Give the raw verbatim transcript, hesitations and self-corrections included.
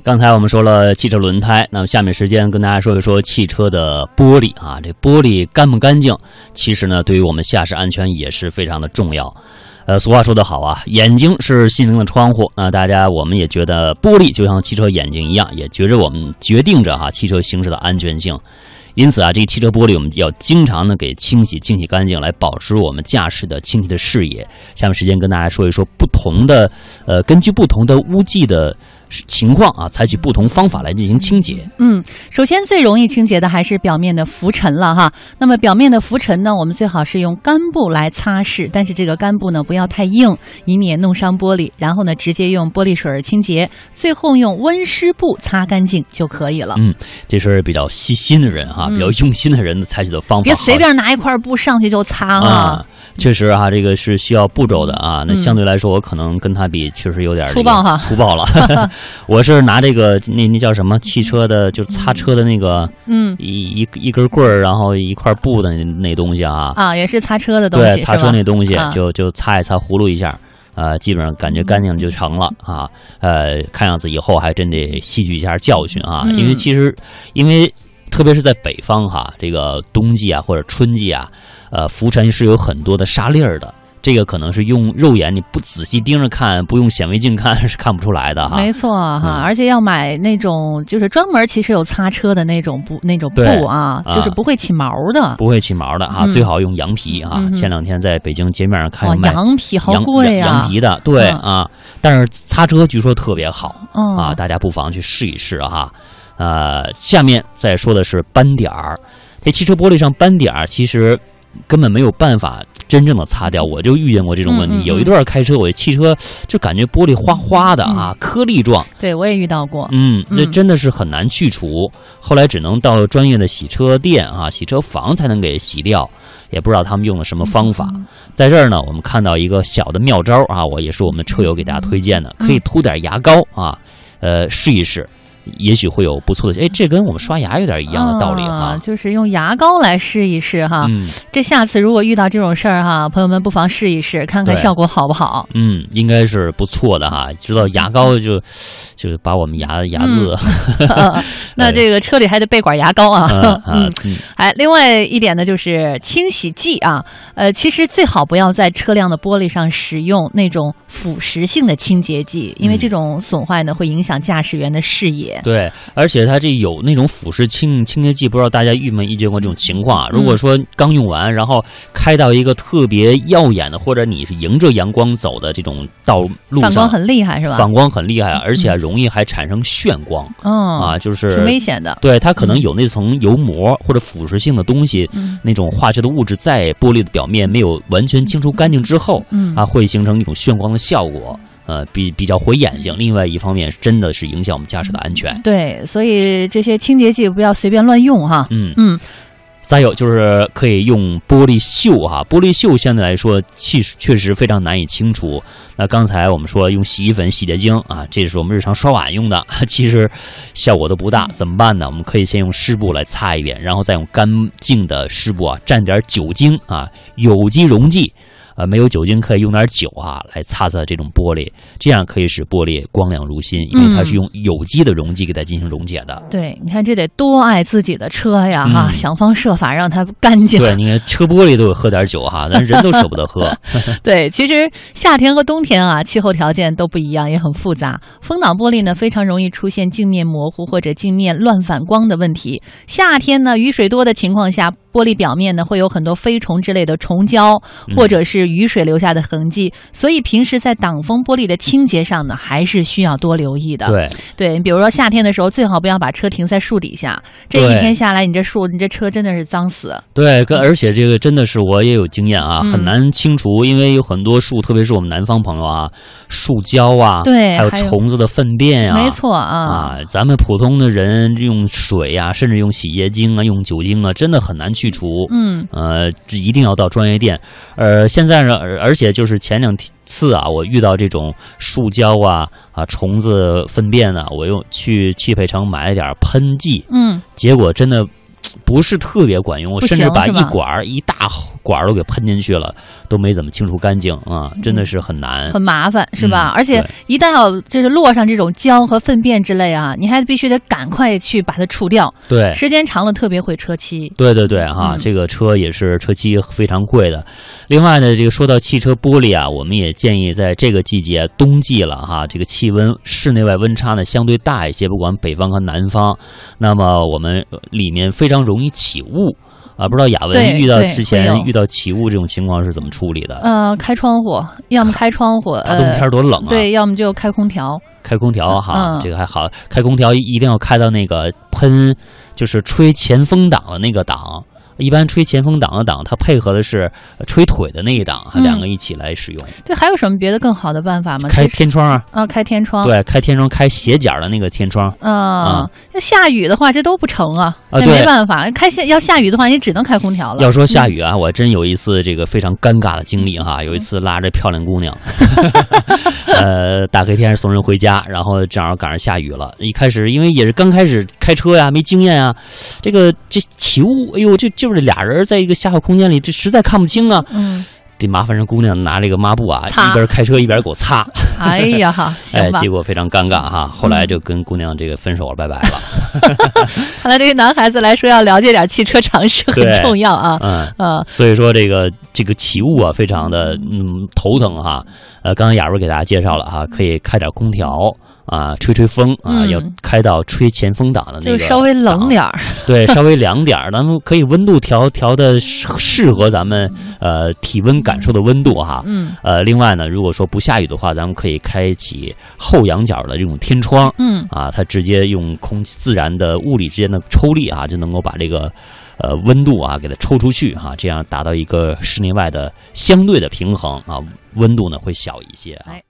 刚才我们说了汽车轮胎，那么下面时间跟大家说一说汽车的玻璃啊，这玻璃干不干净，其实呢，对于我们驾驶安全也是非常的重要。呃，俗话说得好啊，眼睛是心灵的窗户。那大家我们也觉得玻璃就像汽车眼睛一样，也觉着我们决定着哈汽车行驶的安全性。因此啊，这个汽车玻璃我们要经常的给清洗清洗干净，来保持我们驾驶的清晰的视野。下面时间跟大家说一说不同的呃，根据不同的污迹的情况啊，采取不同方法来进行清洁。 嗯，首先最容易清洁的还是表面的浮尘了哈。那么表面的浮尘呢，我们最好是用干布来擦拭，但是这个干布呢不要太硬，以免弄伤玻璃。然后呢，直接用玻璃水清洁，最后用温湿布擦干净就可以了。 嗯，这是比较细心的人哈，比较用心的人采取的方法。 别随便拿一块布上去就擦哈。 啊确实哈、啊，这个是需要步骤的啊。那相对来说，我可能跟他比，确实有点、这个、 粗暴哈， 粗暴了。我是拿这个那那叫什么汽车的，就是擦车的那个，嗯，一一一根棍儿，然后一块布的那那东西啊。 啊，也是擦车的东西， 对，擦车那东西、 啊、 就就擦一擦，葫芦一下。呃，基本上感觉干净就成了啊。呃，看样子以后还真得吸取一下教训啊，嗯、因为其实，因为特别是在北方哈，这个冬季啊或者春季啊，呃，浮尘是有很多的沙粒儿的。这个可能是用肉眼你不仔细盯着看，不用显微镜看是看不出来的哈。 没错哈、嗯，而且要买那种就是专门其实有擦车的那种布那种布啊，就是不会起毛的， 不会起毛的哈、嗯，最好用羊皮啊、嗯。前两天在北京街面上看卖羊皮好贵啊， 羊皮的对、嗯、啊，但是擦车据说特别好、嗯、啊，大家不妨去试一试哈。呃，下面再说的是斑点儿，这汽车玻璃上斑点儿其实根本没有办法真正的擦掉，我就遇见过这种问题。嗯嗯嗯有一段开车，我汽车就感觉玻璃花花的啊，嗯、颗粒状。 对，我也遇到过。 嗯，这真的是很难去除。嗯、后来只能到专业的洗车店啊、洗车房才能给洗掉，也不知道他们用了什么方法。嗯、在这儿呢，我们看到一个小的妙招啊，我也是我们车友给大家推荐的，可以涂点牙膏啊，呃，试一试。也许会有不错的，哎，这跟我们刷牙有点一样的道理哈、啊， 就是用牙膏来试一试哈。嗯，这下次如果遇到这种事儿哈，朋友们不妨试一试，看看效果好不好。 嗯，应该是不错的哈。知道牙膏就就把我们牙牙字、 嗯呃，那这个车里还得备管牙膏啊。嗯嗯。哎，另外一点呢，就是清洗剂啊，呃，其实最好不要在车辆的玻璃上使用那种腐蚀性的清洁剂，因为这种损坏呢会影响驾驶员的视野。 对，而且它这有那种腐蚀清清洁剂，不知道大家遇没遇见过这种情况啊？如果说刚用完，然后开到一个特别耀眼的，或者你是迎着阳光走的这种道路上， 反光很厉害是吧？ 反光很厉害，而且容易还产生眩光。嗯、啊，就是挺危险的。 对，它可能有那层油膜或者腐蚀性的东西，嗯、那种化学的物质在玻璃的表面没有完全清除干净之后，嗯、啊，会形成一种眩光的效果。呃，比比较毁眼睛。另外一方面，真的是影响我们驾驶的安全。 对，所以这些清洁剂不要随便乱用哈。 嗯嗯。再有就是可以用玻璃锈哈，玻璃锈相对来说气确实非常难以清除。那刚才我们说用洗衣粉、洗洁精啊，这是我们日常刷碗用的，其实效果都不大。怎么办呢？我们可以先用湿布来擦一遍，然后再用干净的湿布啊，蘸点酒精啊，有机溶剂。呃，没有酒精可以用点酒啊，来擦擦这种玻璃，这样可以使玻璃光亮如新，因为它是用有机的溶剂给它进行溶解的。 嗯、对，你看这得多爱自己的车呀哈、嗯，想方设法让它干净。 对，你看车玻璃都有喝点酒哈，咱人都舍不得喝。 对，其实夏天和冬天啊，气候条件都不一样，也很复杂。风挡玻璃呢，非常容易出现镜面模糊或者镜面乱反光的问题。夏天呢，雨水多的情况下，玻璃表面呢会有很多飞虫之类的虫胶，或者是雨水留下的痕迹，嗯、所以平时在挡风玻璃的清洁上呢，还是需要多留意的。 对对，比如说夏天的时候，最好不要把车停在树底下，这一天下来，你这树，你这车真的是脏死。 对，而且这个真的是我也有经验啊，嗯、很难清除，因为有很多树，特别是我们南方朋友啊，树胶啊， 对， 还有虫子的粪便啊， 没错啊啊，咱们普通的人用水啊，甚至用洗洁精啊，用酒精啊，真的很难去除。嗯，呃，一定要到专业店。呃，现在呢，而且就是前两次啊，我遇到这种树胶啊啊虫子粪便啊，我又去汽配城买了点喷剂，嗯，结果真的不是特别管用，我甚至把一管一大管儿都给喷进去了，都没怎么清除干净啊，真的是很难， 很麻烦，是吧？ 嗯、 而且一旦要就是落上这种胶和粪便之类啊，你还必须得赶快去把它除掉。 对， 时间长了特别会车漆。 对对对哈、嗯，这个车也是车漆非常贵的。另外呢，这个说到汽车玻璃啊，我们也建议在这个季节，冬季了哈，这个气温室内外温差呢相对大一些，不管北方和南方，那么我们里面非常容易起雾。啊，不知道雅文遇到之前遇到起雾这种情况是怎么处理的？ 呃，开窗户，要么开窗户， 大冬天多冷啊！ 对，要么就开空调。 开空调哈、 嗯， 这个还好，开空调一定要开到那个喷，就是吹前风挡的那个档。一般吹前风挡的档，它配合的是吹腿的那一档，嗯、两个一起来使用。 对，还有什么别的更好的办法吗？ 开天窗啊！ 啊，开天窗。 对，开天窗，开斜角的那个天窗。 啊，要、嗯、下雨的话，这都不成啊。 啊， 那没办法，开下要下雨的话，你只能开空调了。 要说下雨啊，嗯、我真有一次这个非常尴尬的经历哈。有一次拉着漂亮姑娘，呃，大黑天送人回家，然后正好赶上下雨了。一开始因为也是刚开始开车呀，没经验啊，这个这起雾，哎呦，这就是俩人在一个狭小空间里，这实在看不清啊。 嗯， 得麻烦人姑娘拿这个抹布啊，一边开车一边给我擦。 哎呀哈， 哎，结果非常尴尬哈。后来就跟姑娘这个分手了，拜拜了。 看来对于男孩子来说，要了解点汽车常识很重要啊。 嗯嗯，所以说这个这个起雾啊，非常的嗯头疼哈。呃，刚刚雅茹给大家介绍了哈，可以开点空调。啊，吹吹风啊、嗯，要开到吹前风挡的那个， 就稍微冷点儿， 对，稍微凉点儿，咱们可以温度调调的适合咱们呃体温感受的温度哈。 嗯， 呃，另外呢，如果说不下雨的话，咱们可以开启后仰角的这种天窗， 嗯， 啊，它直接用空气自然的物理之间的抽力啊，就能够把这个呃温度啊给它抽出去哈、啊，这样达到一个室内外的相对的平衡啊，温度呢会小一些啊。